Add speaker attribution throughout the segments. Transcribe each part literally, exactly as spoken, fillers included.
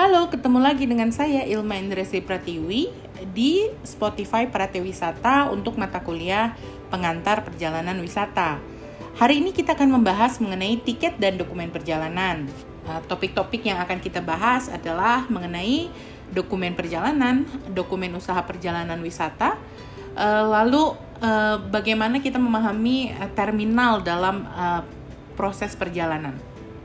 Speaker 1: Halo, ketemu lagi dengan saya Ilma Indrasri Pratiwi di Spotify Pratewisata untuk mata kuliah pengantar perjalanan wisata. Hari ini kita akan membahas mengenai tiket dan dokumen perjalanan. Topik-topik yang akan kita bahas adalah mengenai dokumen perjalanan, dokumen usaha perjalanan wisata, lalu bagaimana kita memahami terminal dalam proses perjalanan.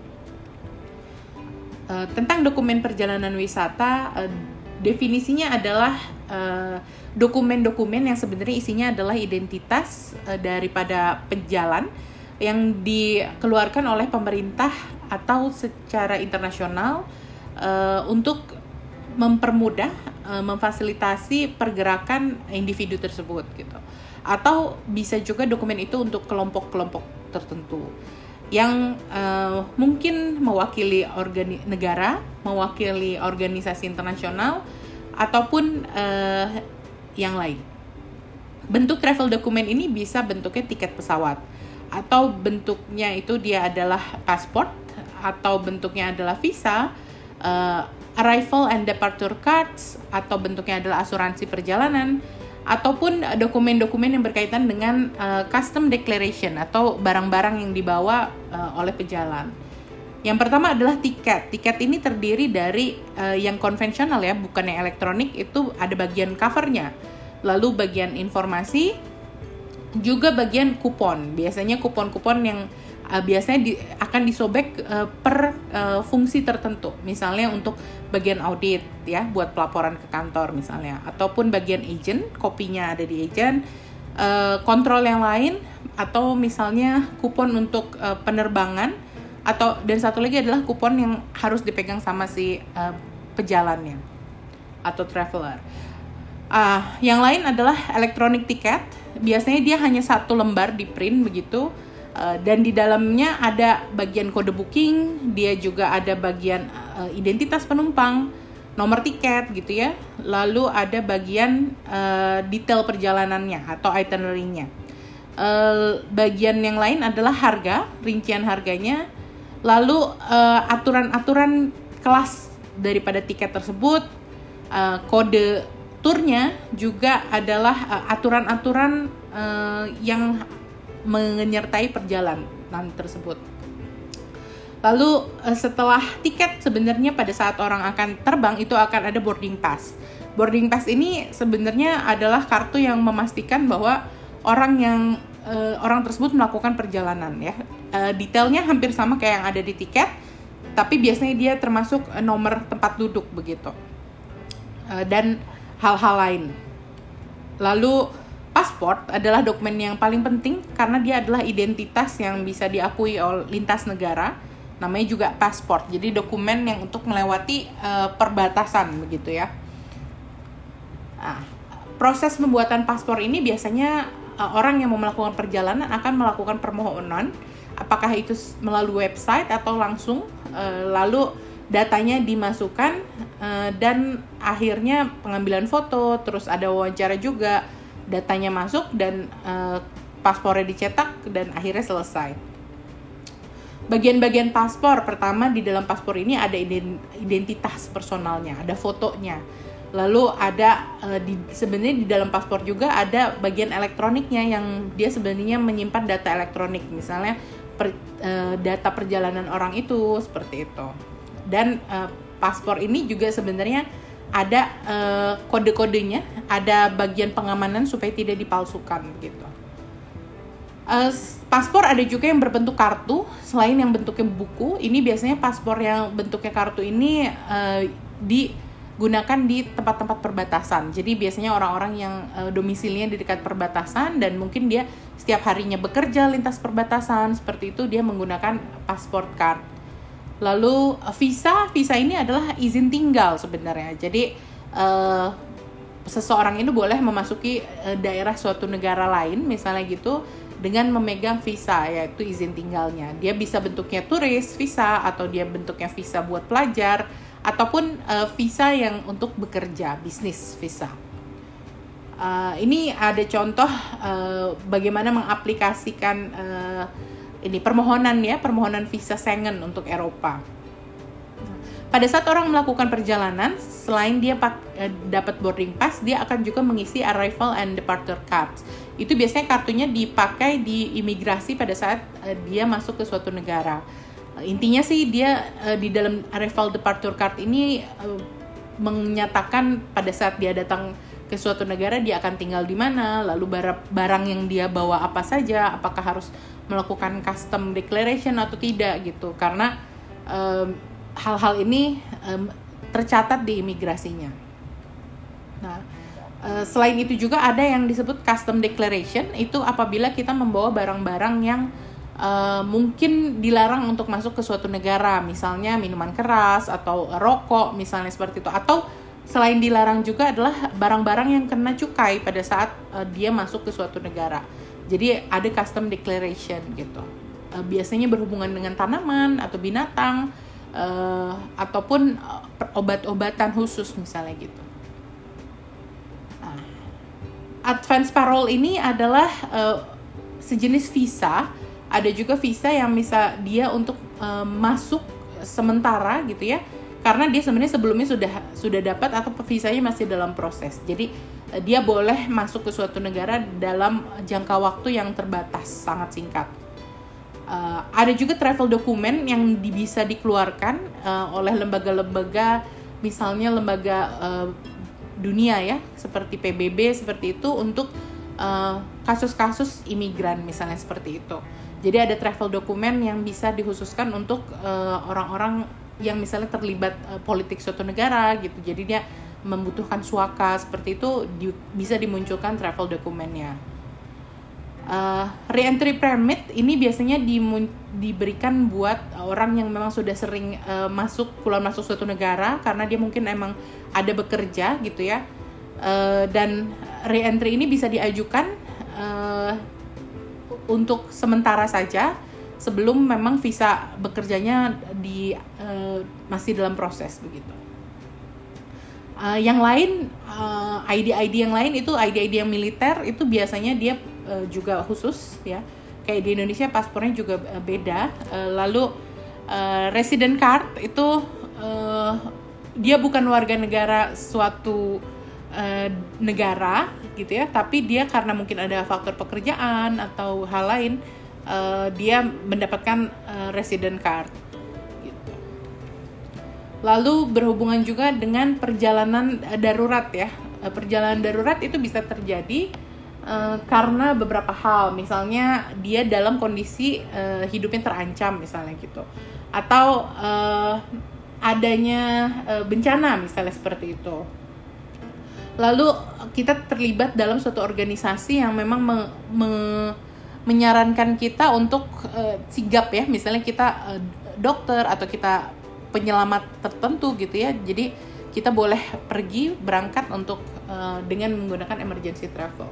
Speaker 1: Uh, tentang dokumen perjalanan wisata, uh, definisinya adalah uh, dokumen-dokumen yang sebenarnya isinya adalah identitas uh, daripada pejalan yang dikeluarkan oleh pemerintah atau secara internasional uh, untuk mempermudah, uh, memfasilitasi pergerakan individu tersebut gitu. Atau bisa juga dokumen itu untuk kelompok-kelompok tertentu yang uh, mungkin mewakili organi- negara, mewakili organisasi internasional, ataupun uh, yang lain. Bentuk travel dokumen ini bisa bentuknya tiket pesawat, atau bentuknya itu dia adalah pasport, atau bentuknya adalah visa, uh, arrival and departure cards, atau bentuknya adalah asuransi perjalanan, ataupun dokumen-dokumen yang berkaitan dengan uh, custom declaration atau barang-barang yang dibawa uh, oleh pejalan. Yang pertama adalah tiket. Tiket ini terdiri dari uh, yang konvensional ya, bukan yang elektronik. Itu ada bagian covernya, lalu bagian informasi, juga bagian kupon. Biasanya kupon-kupon yang uh, biasanya di, akan disobek uh, per uh, fungsi tertentu. Misalnya untuk bagian audit ya, buat pelaporan ke kantor misalnya, ataupun bagian agent, kopinya ada di agent, uh, kontrol yang lain, atau misalnya kupon untuk uh, penerbangan, atau dan satu lagi adalah kupon yang harus dipegang sama si uh, pejalannya atau traveler. Uh, yang lain adalah electronic ticket. Biasanya dia hanya satu lembar di print begitu. Uh, dan di dalamnya ada bagian kode booking, dia juga ada bagian uh, identitas penumpang, nomor tiket gitu ya. Lalu ada bagian uh, detail perjalanannya atau itinerary-nya. Uh, bagian yang lain adalah harga, rincian harganya. Lalu uh, aturan-aturan kelas daripada tiket tersebut, uh, kode turnya juga adalah uh, aturan-aturan uh, yang menyertai perjalanan tersebut. Lalu setelah tiket, sebenarnya pada saat orang akan terbang itu akan ada boarding pass. Boarding pass ini sebenarnya adalah kartu yang memastikan bahwa orang yang uh, orang tersebut melakukan perjalanan ya. Uh, detailnya hampir sama kayak yang ada di tiket, tapi biasanya dia termasuk nomor tempat duduk begitu. Uh, dan hal-hal lain. Lalu pasport adalah dokumen yang paling penting karena dia adalah identitas yang bisa diakui oleh lintas negara. Namanya juga pasport. Jadi dokumen yang untuk melewati uh, perbatasan begitu ya. Nah, proses pembuatan paspor ini biasanya uh, orang yang mau melakukan perjalanan akan melakukan permohonan, apakah itu melalui website atau langsung, uh, lalu datanya dimasukkan uh, dan akhirnya pengambilan foto, terus ada wawancara juga. Datanya masuk dan uh, paspornya dicetak dan akhirnya selesai. Bagian-bagian paspor, pertama di dalam paspor ini ada identitas personalnya, ada fotonya. Lalu ada uh, di, sebenarnya di dalam paspor juga ada bagian elektroniknya yang dia sebenarnya menyimpan data elektronik, misalnya per, uh, data perjalanan orang itu seperti itu. Dan uh, paspor ini juga sebenarnya ada uh, kode-kodenya, ada bagian pengamanan supaya tidak dipalsukan gitu. Uh, paspor ada juga yang berbentuk kartu, selain yang bentuknya buku. Ini biasanya paspor yang bentuknya kartu ini uh, digunakan di tempat-tempat perbatasan. Jadi biasanya orang-orang yang uh, domisilinya di dekat perbatasan dan mungkin dia setiap harinya bekerja lintas perbatasan, seperti itu dia menggunakan paspor card. Lalu visa, visa ini adalah izin tinggal sebenarnya. Jadi uh, seseorang ini boleh memasuki uh, daerah suatu negara lain, misalnya gitu, dengan memegang visa, yaitu izin tinggalnya. Dia bisa bentuknya turis visa, atau dia bentuknya visa buat pelajar, ataupun uh, visa yang untuk bekerja, bisnis visa. Uh, ini ada contoh uh, bagaimana mengaplikasikan uh, ini permohonan ya, permohonan visa Schengen untuk Eropa. Pada saat orang melakukan perjalanan, selain dia pak, eh, dapat boarding pass, dia akan juga mengisi arrival and departure cards. Itu biasanya kartunya dipakai di imigrasi pada saat eh, dia masuk ke suatu negara. Eh, intinya sih dia eh, di dalam arrival departure card ini eh, menyatakan pada saat dia datang ke suatu negara dia akan tinggal di mana, lalu barang yang dia bawa apa saja, apakah harus melakukan custom declaration atau tidak gitu. Karena eh, hal-hal ini um, tercatat di imigrasinya. Nah, uh, selain itu juga ada yang disebut custom declaration, itu apabila kita membawa barang-barang yang uh, mungkin dilarang untuk masuk ke suatu negara, misalnya minuman keras atau rokok, misalnya seperti itu. Atau selain dilarang juga adalah barang-barang yang kena cukai pada saat uh, dia masuk ke suatu negara. Jadi ada custom declaration gitu. Uh, biasanya berhubungan dengan tanaman atau binatang, Uh, ataupun uh, obat-obatan khusus misalnya gitu. Nah, advance parole ini adalah uh, sejenis visa. Ada juga visa yang bisa dia untuk uh, masuk sementara gitu ya, karena dia sebenarnya sebelumnya sudah sudah dapat atau visanya masih dalam proses. Jadi uh, dia boleh masuk ke suatu negara dalam jangka waktu yang terbatas, sangat singkat. Uh, ada juga travel document yang di, bisa dikeluarkan uh, oleh lembaga-lembaga, misalnya lembaga uh, dunia ya, seperti P B B seperti itu, untuk uh, kasus-kasus imigran misalnya seperti itu. Jadi ada travel document yang bisa dikhususkan untuk uh, orang-orang yang misalnya terlibat uh, politik suatu negara gitu. Jadi dia membutuhkan suaka seperti itu, di, bisa dimunculkan travel dokumennya. Uh, re-entry permit ini biasanya di, diberikan buat orang yang memang sudah sering uh, masuk keluar masuk suatu negara karena dia mungkin emang ada bekerja gitu ya, uh, dan re-entry ini bisa diajukan uh, untuk sementara saja sebelum memang visa bekerjanya di uh, masih dalam proses begitu. Uh, yang lain uh, I D-I D yang lain itu I D-I D yang militer, itu biasanya dia uh, juga khusus ya. Kayak di Indonesia paspornya juga uh, beda. Uh, lalu uh, resident card itu uh, dia bukan warga negara suatu uh, negara gitu ya, tapi dia karena mungkin ada faktor pekerjaan atau hal lain, uh, dia mendapatkan uh, resident card. Lalu berhubungan juga dengan perjalanan darurat ya. Perjalanan darurat itu bisa terjadi uh, karena beberapa hal. Misalnya dia dalam kondisi uh, hidupnya terancam misalnya gitu. Atau uh, adanya uh, bencana misalnya seperti itu. Lalu kita terlibat dalam suatu organisasi yang memang me, me, menyarankan kita untuk uh, sigap ya. Misalnya kita uh, dokter atau kita penyelamat tertentu gitu ya, jadi kita boleh pergi berangkat untuk uh, dengan menggunakan emergency travel.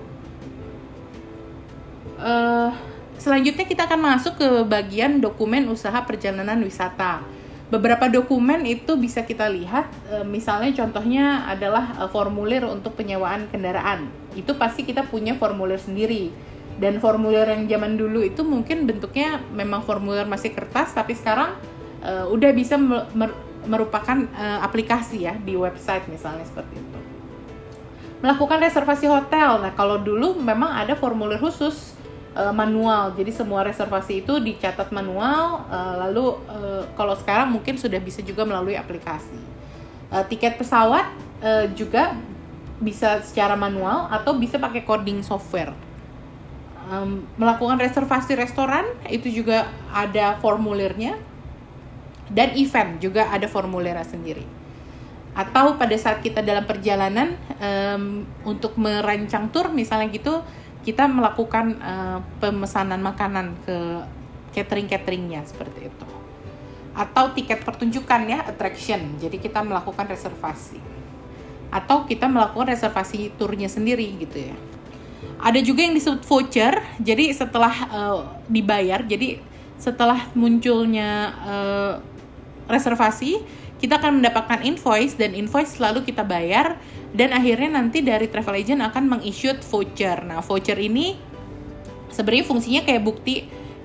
Speaker 1: Uh, selanjutnya kita akan masuk ke bagian dokumen usaha perjalanan wisata. Beberapa dokumen itu bisa kita lihat, uh, misalnya contohnya adalah uh, formulir untuk penyewaan kendaraan. Itu pasti kita punya formulir sendiri. Dan formulir yang zaman dulu itu mungkin bentuknya memang formulir masih kertas, tapi sekarang Uh, udah bisa mer- merupakan uh, aplikasi ya di website misalnya seperti itu. Melakukan reservasi hotel. Nah, kalau dulu memang ada formulir khusus uh, manual. Jadi semua reservasi itu dicatat manual, uh, lalu uh, kalau sekarang mungkin sudah bisa juga melalui aplikasi. Uh, tiket pesawat uh, juga bisa secara manual atau bisa pakai coding software. Um, melakukan reservasi restoran itu juga ada formulirnya. Dan event juga ada formulirnya sendiri. Atau pada saat kita dalam perjalanan um, untuk merancang tour misalnya gitu, kita melakukan uh, pemesanan makanan ke catering-cateringnya seperti itu. Atau tiket pertunjukan ya, attraction. Jadi kita melakukan reservasi. Atau kita melakukan reservasi turnya sendiri gitu ya. Ada juga yang disebut voucher. Jadi setelah uh, dibayar, jadi setelah munculnya uh, reservasi, kita akan mendapatkan invoice, dan invoice selalu kita bayar, dan akhirnya nanti dari travel agent akan meng-issue voucher. Nah, voucher ini sebenarnya fungsinya kayak bukti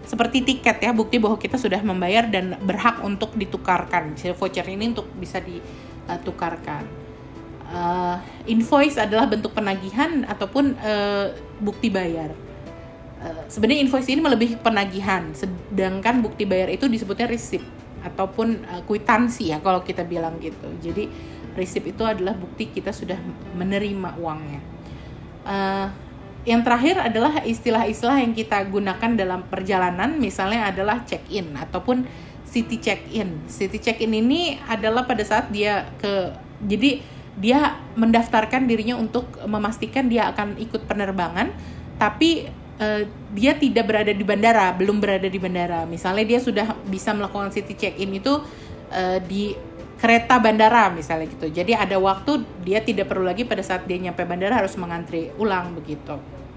Speaker 1: seperti tiket ya, bukti bahwa kita sudah membayar dan berhak untuk ditukarkan. Jadi voucher ini untuk bisa ditukarkan. Uh, invoice adalah bentuk penagihan ataupun uh, bukti bayar. Uh, sebenarnya invoice ini melebihi penagihan, sedangkan bukti bayar itu disebutnya receipt ataupun uh, kwitansi ya kalau kita bilang gitu. Jadi receipt itu adalah bukti kita sudah menerima uangnya. Uh, yang terakhir adalah istilah-istilah yang kita gunakan dalam perjalanan, misalnya adalah check-in ataupun city check-in. City check-in ini adalah pada saat dia ke, jadi dia mendaftarkan dirinya untuk memastikan dia akan ikut penerbangan, tapi uh, dia tidak berada di bandara, belum berada di bandara. Misalnya dia sudah bisa melakukan city check-in itu uh, di kereta bandara misalnya gitu. Jadi ada waktu dia tidak perlu lagi pada saat dia nyampe bandara harus mengantri ulang begitu.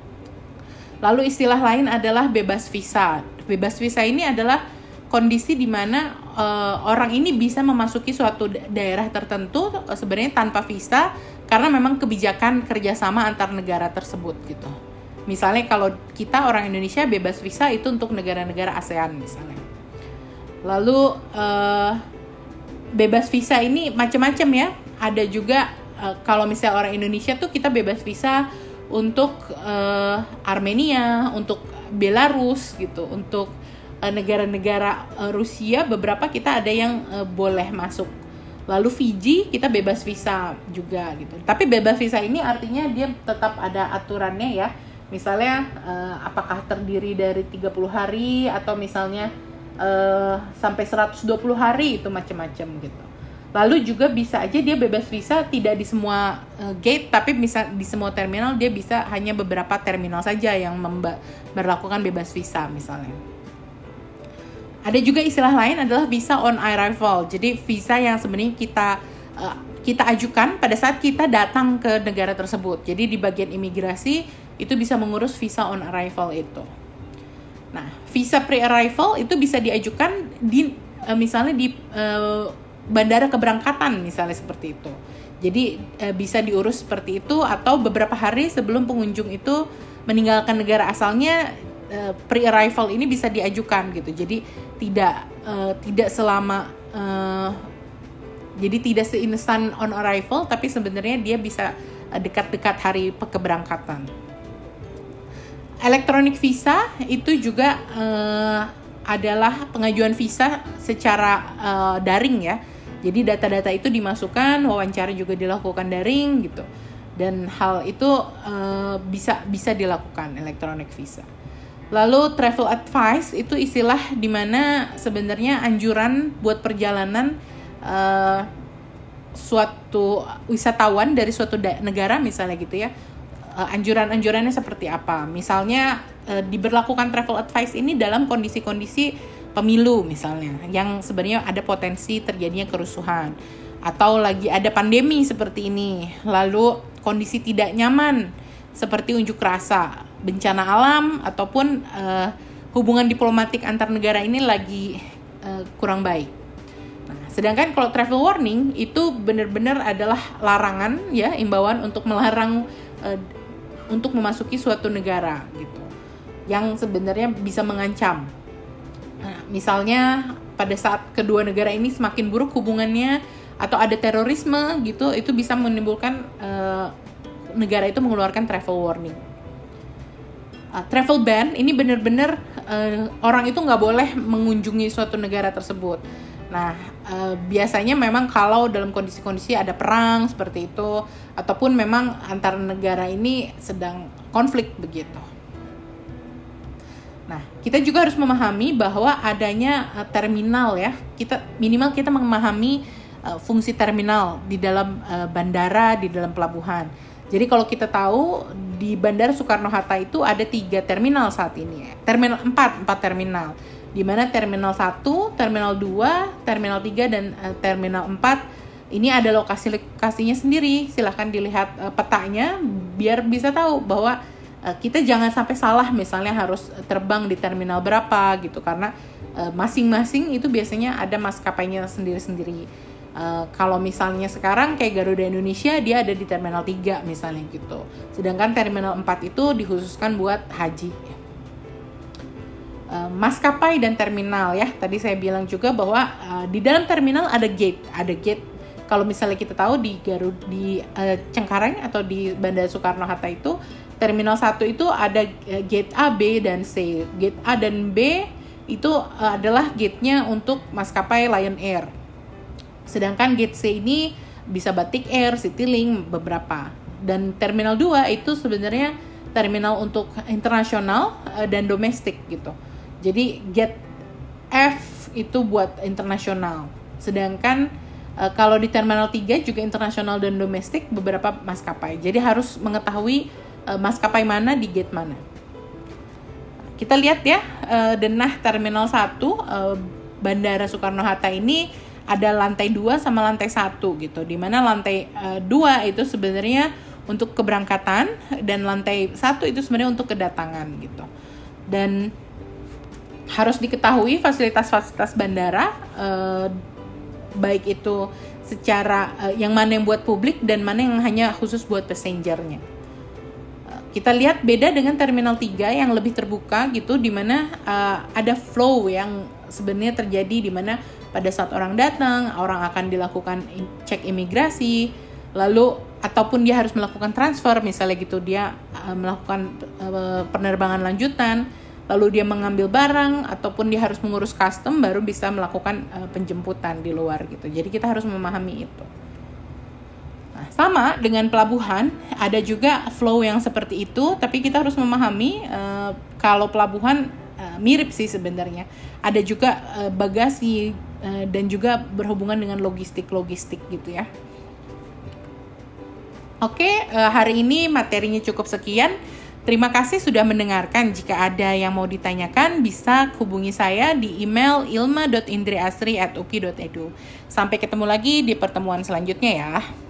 Speaker 1: Lalu istilah lain adalah bebas visa. Bebas visa ini adalah kondisi di mana uh, orang ini bisa memasuki suatu daerah tertentu uh, sebenarnya tanpa visa karena memang kebijakan kerjasama antar negara tersebut gitu. Misalnya kalau kita orang Indonesia bebas visa itu untuk negara-negara ASEAN misalnya. Lalu uh, bebas visa ini macam-macam ya. Ada juga uh, kalau misalnya orang Indonesia tuh kita bebas visa untuk uh, Armenia, untuk Belarus gitu, untuk uh, negara-negara uh, Rusia beberapa kita ada yang uh, boleh masuk. Lalu Fiji kita bebas visa juga gitu. Tapi bebas visa ini artinya dia tetap ada aturannya ya. Misalnya uh, apakah terdiri dari tiga puluh hari atau misalnya Uh, sampai seratus dua puluh hari itu macam-macam gitu. Lalu juga bisa aja dia bebas visa tidak di semua uh, gate, tapi bisa di semua terminal, dia bisa hanya beberapa terminal saja yang memba- berlakukan bebas visa misalnya. Ada juga istilah lain adalah visa on arrival. Jadi visa yang sebenarnya kita uh, kita ajukan pada saat kita datang ke negara tersebut. Jadi di bagian imigrasi itu bisa mengurus visa on arrival itu. Nah, visa pre-arrival itu bisa diajukan di uh, misalnya di uh, bandara keberangkatan misalnya seperti itu. Jadi uh, bisa diurus seperti itu atau beberapa hari sebelum pengunjung itu meninggalkan negara asalnya, uh, pre-arrival ini bisa diajukan gitu. Jadi tidak uh, tidak selama uh, jadi tidak seinstan on arrival, tapi sebenarnya dia bisa uh, dekat-dekat hari keberangkatan. Electronic visa itu juga uh, adalah pengajuan visa secara uh, daring ya. Jadi data-data itu dimasukkan, wawancara juga dilakukan daring gitu. Dan hal itu uh, bisa bisa dilakukan electronic visa. Lalu travel advice itu istilah di mana sebenarnya anjuran buat perjalanan uh, suatu wisatawan dari suatu da- negara misalnya gitu ya. Uh, anjuran-anjurannya seperti apa? Misalnya uh, diberlakukan travel advice ini dalam kondisi-kondisi pemilu misalnya, yang sebenarnya ada potensi terjadinya kerusuhan, atau lagi ada pandemi seperti ini, lalu kondisi tidak nyaman seperti unjuk rasa, bencana alam, ataupun uh, hubungan diplomatik antar negara ini lagi uh, kurang baik. Nah, sedangkan kalau travel warning itu benar-benar adalah larangan ya, imbauan untuk melarang uh, untuk memasuki suatu negara gitu, yang sebenarnya bisa mengancam. Nah, misalnya pada saat kedua negara ini semakin buruk hubungannya atau ada terorisme gitu, itu bisa menimbulkan uh, negara itu mengeluarkan travel warning. Uh, travel ban ini benar-benar uh, orang itu nggak boleh mengunjungi suatu negara tersebut. Nah, uh, biasanya memang kalau dalam kondisi-kondisi ada perang seperti itu, ataupun memang antar negara ini sedang konflik begitu. Nah, kita juga harus memahami bahwa adanya uh, terminal ya. Kita minimal kita memahami uh, fungsi terminal di dalam uh, bandara, di dalam pelabuhan. Jadi kalau kita tahu di Bandara Soekarno-Hatta itu ada tiga terminal saat ini. Terminal empat, empat terminal. Di mana terminal satu, terminal dua, terminal tiga, dan uh, terminal empat ini ada lokasi-lokasinya sendiri. Silahkan dilihat uh, petanya biar bisa tahu bahwa uh, kita jangan sampai salah misalnya harus terbang di terminal berapa gitu, karena uh, masing-masing itu biasanya ada maskapainya sendiri-sendiri. Uh, kalau misalnya sekarang kayak Garuda Indonesia, dia ada di terminal tiga misalnya gitu. Sedangkan terminal empat itu dikhususkan buat haji. uh, maskapai dan terminal ya. Tadi saya bilang juga bahwa uh, di dalam terminal ada gate, ada gate. Kalau misalnya kita tahu di Garut di uh, Cengkareng atau di Bandara Soekarno-Hatta itu terminal satu itu ada uh, gate A, B dan C. Gate A dan B itu uh, adalah gate-nya untuk maskapai Lion Air. Sedangkan gate C ini bisa Batik Air, Citylink, beberapa. Dan terminal dua itu sebenarnya terminal untuk internasional uh, dan domestik gitu. Jadi gate F itu buat internasional. Sedangkan uh, kalau di terminal tiga juga internasional dan domestik beberapa maskapai. Jadi harus mengetahui uh, maskapai mana di gate mana. Kita lihat ya, uh, denah terminal satu uh, Bandara Soekarno-Hatta ini ada lantai dua sama lantai satu gitu. Dimana lantai uh, dua itu sebenarnya untuk keberangkatan dan lantai satu itu sebenarnya untuk kedatangan gitu. Dan harus diketahui fasilitas-fasilitas bandara uh, baik itu secara uh, yang mana yang buat publik dan mana yang hanya khusus buat passengernya. Uh, kita lihat beda dengan terminal tiga yang lebih terbuka gitu, di mana uh, ada flow yang sebenarnya terjadi, di mana pada saat orang datang, orang akan dilakukan cek imigrasi, lalu ataupun dia harus melakukan transfer misalnya gitu, dia uh, melakukan uh, penerbangan lanjutan, lalu dia mengambil barang ataupun dia harus mengurus custom baru bisa melakukan uh, penjemputan di luar gitu. Jadi kita harus memahami itu. Nah, sama dengan pelabuhan, ada juga flow yang seperti itu, tapi kita harus memahami uh, kalau pelabuhan uh, mirip sih sebenarnya. Ada juga uh, bagasi uh, dan juga berhubungan dengan logistik-logistik gitu ya. Oke, uh, hari ini materinya cukup sekian. Terima kasih sudah mendengarkan. Jika ada yang mau ditanyakan, bisa hubungi saya di email ilma dot indriasri at u k i dot e d u. Sampai ketemu lagi di pertemuan selanjutnya ya.